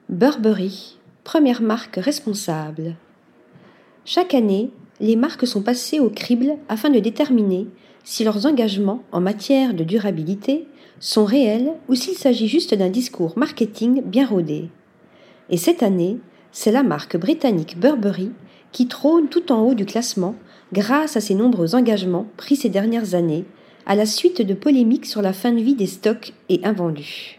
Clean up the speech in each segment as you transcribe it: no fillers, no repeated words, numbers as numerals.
Burberry, première marque responsable. Chaque année, les marques sont passées au crible afin de déterminer si leurs engagements en matière de durabilité sont réels ou s'il s'agit juste d'un discours marketing bien rodé. Et cette année, c'est la marque britannique Burberry qui trône tout en haut du classement grâce à ses nombreux engagements pris ces dernières années à la suite de polémiques sur la fin de vie des stocks et invendus.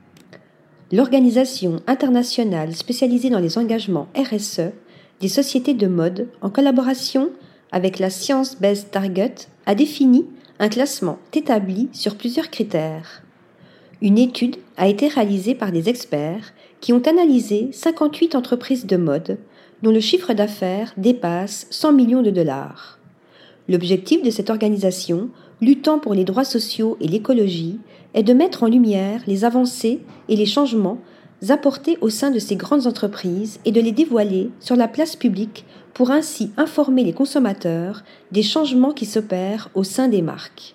L'organisation internationale spécialisée dans les engagements RSE des sociétés de mode, en collaboration avec la Science Based Target, a défini un classement établi sur plusieurs critères. Une étude a été réalisée par des experts qui ont analysé 58 entreprises de mode dont le chiffre d'affaires dépasse 100 millions de dollars. L'objectif de cette organisation, luttant pour les droits sociaux et l'écologie, est de mettre en lumière les avancées et les changements apportés au sein de ces grandes entreprises et de les dévoiler sur la place publique pour ainsi informer les consommateurs des changements qui s'opèrent au sein des marques.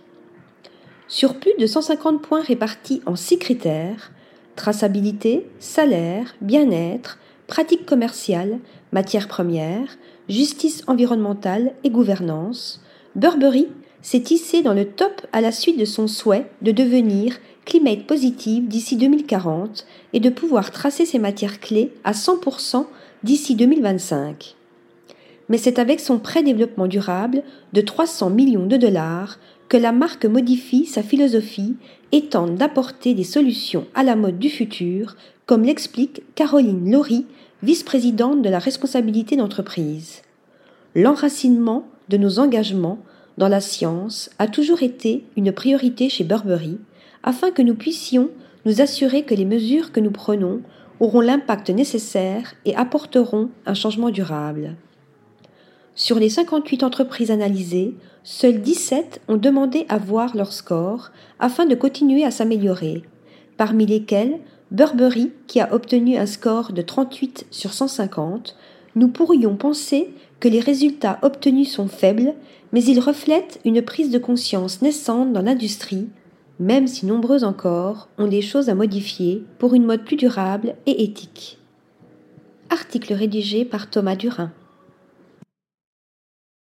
Sur plus de 150 points répartis en 6 critères, traçabilité, salaire, bien-être, pratiques commerciales, matières premières, justice environnementale et gouvernance, Burberry s'est hissé dans le top à la suite de son souhait de devenir Climate Positive d'ici 2040 et de pouvoir tracer ses matières clés à 100% d'ici 2025. Mais c'est avec son prêt développement durable de 300 millions de dollars que la marque modifie sa philosophie et tente d'apporter des solutions à la mode du futur, comme l'explique Caroline Laurie, vice-présidente de la responsabilité d'entreprise. L'enracinement de nos engagements dans la science a toujours été une priorité chez Burberry, afin que nous puissions nous assurer que les mesures que nous prenons auront l'impact nécessaire et apporteront un changement durable. Sur les 58 entreprises analysées, seules 17 ont demandé à voir leur score afin de continuer à s'améliorer, parmi lesquelles Burberry qui a obtenu un score de 38 sur 150. Nous pourrions penser que les résultats obtenus sont faibles, mais ils reflètent une prise de conscience naissante dans l'industrie, même si nombreux encore ont des choses à modifier pour une mode plus durable et éthique. Article rédigé par Thomas Durin.